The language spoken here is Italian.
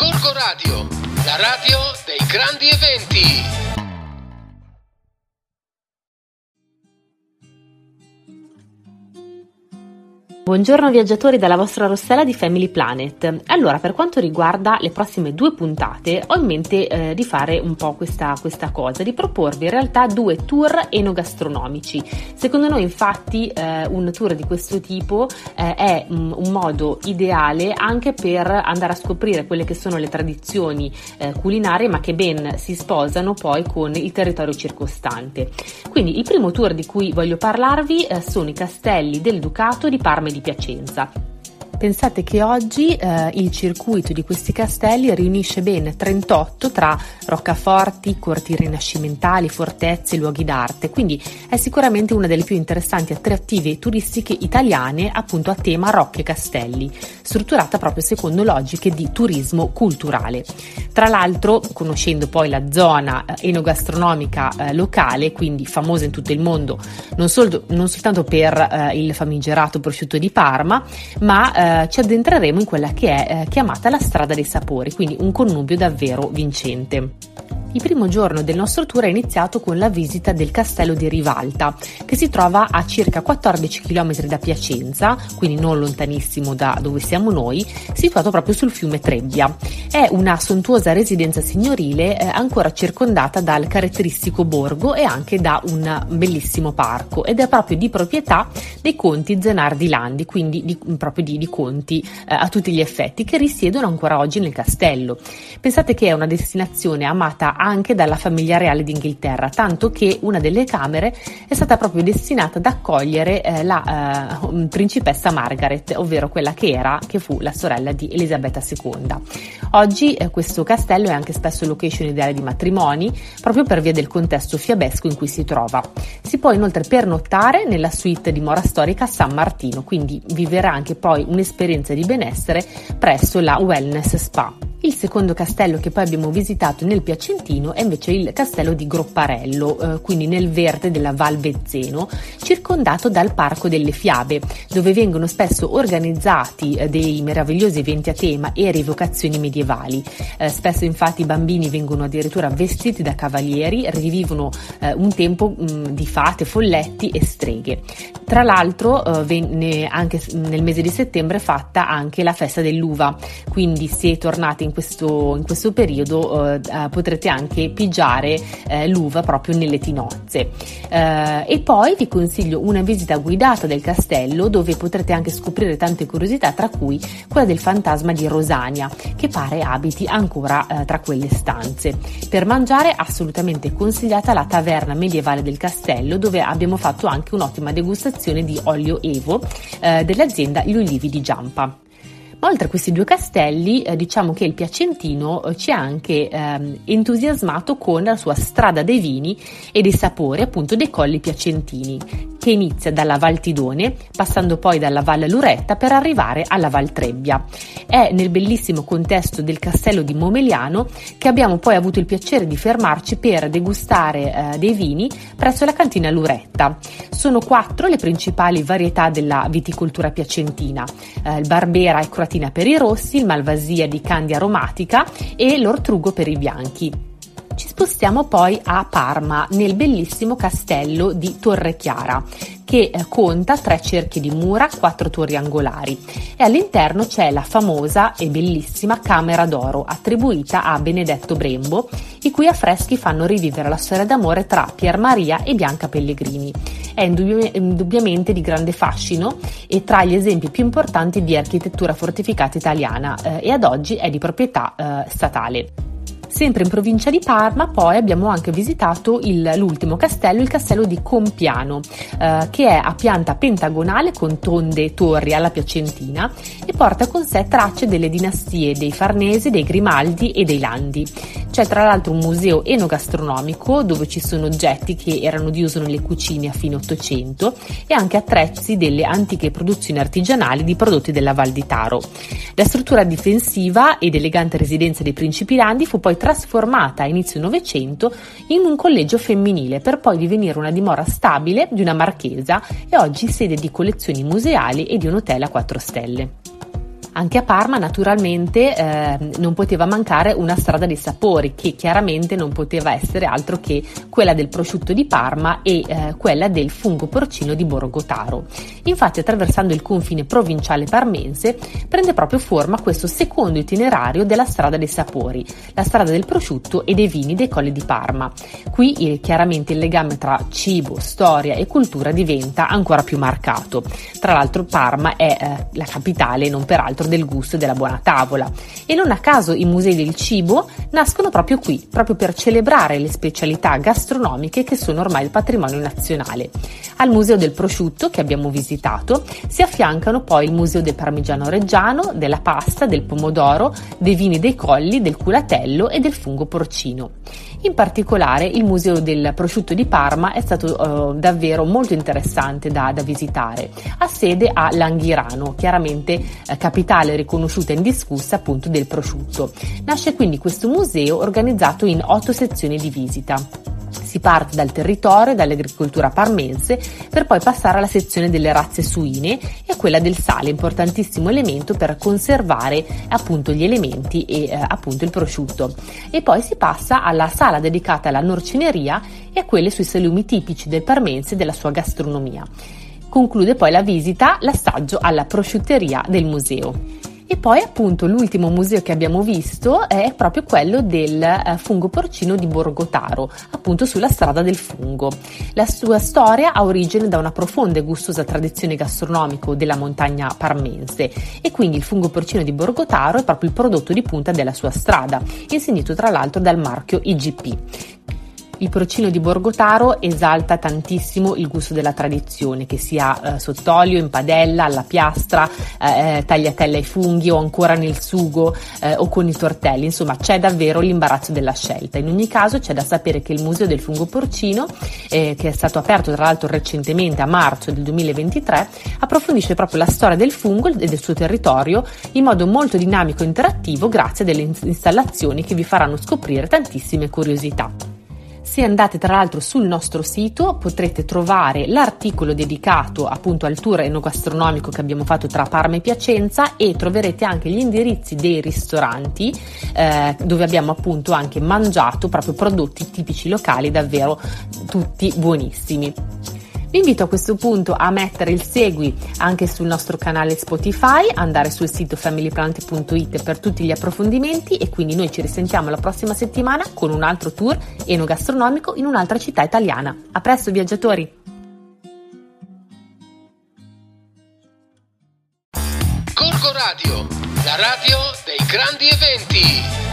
Gorgo Radio, la radio dei grandi eventi. Buongiorno viaggiatori dalla vostra Rossella di Family Planet. Allora, per quanto riguarda le prossime 2 puntate, ho in mente di fare un po' questa cosa, di proporvi in realtà 2 tour enogastronomici. Secondo noi infatti un tour di questo tipo è un modo ideale anche per andare a scoprire quelle che sono le tradizioni culinarie, ma che ben si sposano poi con il territorio circostante. Quindi il primo tour di cui voglio parlarvi sono i castelli del Ducato di Parma e di Piacenza. Pensate che oggi il circuito di questi castelli riunisce ben 38 tra roccaforti, corti rinascimentali, fortezze e luoghi d'arte, quindi è sicuramente una delle più interessanti attrattive turistiche italiane, appunto a tema rocche e castelli, strutturata proprio secondo logiche di turismo culturale. Tra l'altro, conoscendo poi la zona enogastronomica locale, quindi famosa in tutto il mondo, non soltanto per il famigerato prosciutto di Parma, ma ci addentreremo in quella che è chiamata la strada dei sapori, quindi un connubio davvero vincente. Il primo giorno del nostro tour è iniziato con la visita del castello di Rivalta, che si trova a circa 14 km da Piacenza, quindi non lontanissimo da dove siamo noi, situato proprio sul fiume Trebbia. È una sontuosa residenza signorile ancora circondata dal caratteristico borgo e anche da un bellissimo parco, ed è proprio di proprietà dei conti Zenardi Landi, quindi proprio di conti a tutti gli effetti, che risiedono ancora oggi nel castello. Pensate che è una destinazione amata anche dalla famiglia reale d'Inghilterra, tanto che una delle camere è stata proprio destinata ad accogliere la principessa Margaret, ovvero quella che fu la sorella di Elisabetta II. Oggi questo castello è anche spesso location ideale di matrimoni, proprio per via del contesto fiabesco in cui si trova. Si può inoltre pernottare nella suite dimora storica San Martino, quindi viverà anche poi un'esperienza di benessere presso la Wellness Spa. Il secondo castello che poi abbiamo visitato nel Piacentino è invece il castello di Gropparello, quindi nel verde della Val Vezzeno, circondato dal Parco delle Fiabe, dove vengono spesso organizzati dei meravigliosi eventi a tema e rievocazioni medievali. Spesso infatti i bambini vengono addirittura vestiti da cavalieri, rivivono un tempo di fate, folletti e streghe. Tra l'altro venne anche nel mese di settembre fatta anche la festa dell'uva, quindi se tornate in questo periodo potrete anche pigiare l'uva proprio nelle tinozze. E poi vi consiglio una visita guidata del castello, dove potrete anche scoprire tante curiosità, tra cui quella del fantasma di Rosania, che pare abiti ancora tra quelle stanze. Per mangiare assolutamente consigliata la taverna medievale del castello, dove abbiamo fatto anche un'ottima degustazione di olio Evo dell'azienda Gli Ulivi di Giampa. Ma oltre a questi 2 castelli, diciamo che il Piacentino ci ha anche entusiasmato con la sua strada dei vini e dei sapori, appunto dei colli piacentini, che inizia dalla Val Tidone, passando poi dalla Val Luretta per arrivare alla Val Trebbia. È nel bellissimo contesto del castello di Momeliano che abbiamo poi avuto il piacere di fermarci per degustare dei vini presso la cantina Luretta. Sono 4 le principali varietà della viticoltura piacentina: il Barbera e Croatina per i rossi, il Malvasia di Candia aromatica e l'Ortrugo per i bianchi. Ci spostiamo poi a Parma, nel bellissimo castello di Torrechiara, che conta 3 cerchi di mura, 4 torri angolari, e all'interno c'è la famosa e bellissima Camera d'Oro, attribuita a Benedetto Brembo, i cui affreschi fanno rivivere la storia d'amore tra Pier Maria e Bianca Pellegrini. È indubbiamente di grande fascino e tra gli esempi più importanti di architettura fortificata italiana, e ad oggi è di proprietà statale. Sempre in provincia di Parma poi abbiamo anche visitato l'ultimo castello, il castello di Compiano, che è a pianta pentagonale con tonde torri alla piacentina e porta con sé tracce delle dinastie dei Farnesi, dei Grimaldi e dei Landi. C'è tra l'altro un museo enogastronomico dove ci sono oggetti che erano di uso nelle cucine a fine Ottocento e anche attrezzi delle antiche produzioni artigianali di prodotti della Val di Taro. La struttura difensiva ed elegante residenza dei Principi Landi fu poi trasformata a inizio Novecento in un collegio femminile per poi divenire una dimora stabile di una marchesa e oggi sede di collezioni museali e di un hotel a 4 stelle. Anche a Parma naturalmente non poteva mancare una strada dei sapori, che chiaramente non poteva essere altro che quella del prosciutto di Parma e quella del fungo porcino di Borgo Taro. Infatti, attraversando il confine provinciale parmense prende proprio forma questo secondo itinerario della strada dei sapori, la strada del prosciutto e dei vini dei Colli di Parma. Qui chiaramente il legame tra cibo, storia e cultura diventa ancora più marcato. Tra l'altro Parma è la capitale non peraltro del gusto e della buona tavola, e non a caso i musei del cibo nascono proprio qui, proprio per celebrare le specialità gastronomiche che sono ormai il patrimonio nazionale. Al Museo del Prosciutto, che abbiamo visitato, si affiancano poi il Museo del Parmigiano Reggiano, della pasta, del pomodoro, dei vini dei Colli, del culatello e del fungo porcino. In particolare il Museo del Prosciutto di Parma è stato davvero molto interessante da visitare. Ha sede a Langhirano, chiaramente capitale riconosciuta e indiscussa appunto del prosciutto. Nasce quindi questo museo organizzato in 8 sezioni di visita. Si parte dal territorio, dall'agricoltura parmense, per poi passare alla sezione delle razze suine e a quella del sale, importantissimo elemento per conservare appunto gli elementi e appunto il prosciutto. E poi si passa alla sala dedicata alla norcineria e a quelle sui salumi tipici del parmense e della sua gastronomia. Conclude poi la visita l'assaggio alla prosciutteria del museo. E poi appunto l'ultimo museo che abbiamo visto è proprio quello del fungo porcino di Borgo Taro, appunto sulla strada del fungo. La sua storia ha origine da una profonda e gustosa tradizione gastronomica della montagna parmense, e quindi il fungo porcino di Borgo Taro è proprio il prodotto di punta della sua strada, insignito tra l'altro dal marchio IGP. Il porcino di Borgo Taro esalta tantissimo il gusto della tradizione, che sia sott'olio, in padella, alla piastra, tagliatella ai funghi o ancora nel sugo o con i tortelli. Insomma, c'è davvero l'imbarazzo della scelta. In ogni caso c'è da sapere che il Museo del Fungo Porcino, che è stato aperto tra l'altro recentemente a marzo del 2023, approfondisce proprio la storia del fungo e del suo territorio in modo molto dinamico e interattivo, grazie a delle installazioni che vi faranno scoprire tantissime curiosità. Se andate tra l'altro sul nostro sito potrete trovare l'articolo dedicato appunto al tour enogastronomico che abbiamo fatto tra Parma e Piacenza, e troverete anche gli indirizzi dei ristoranti dove abbiamo appunto anche mangiato proprio prodotti tipici locali, davvero tutti buonissimi. Vi invito a questo punto a mettere il segui anche sul nostro canale Spotify, andare sul sito familyplanet.it per tutti gli approfondimenti, e quindi noi ci risentiamo la prossima settimana con un altro tour enogastronomico in un'altra città italiana. A presto viaggiatori! Gorgo Radio, la radio dei grandi eventi.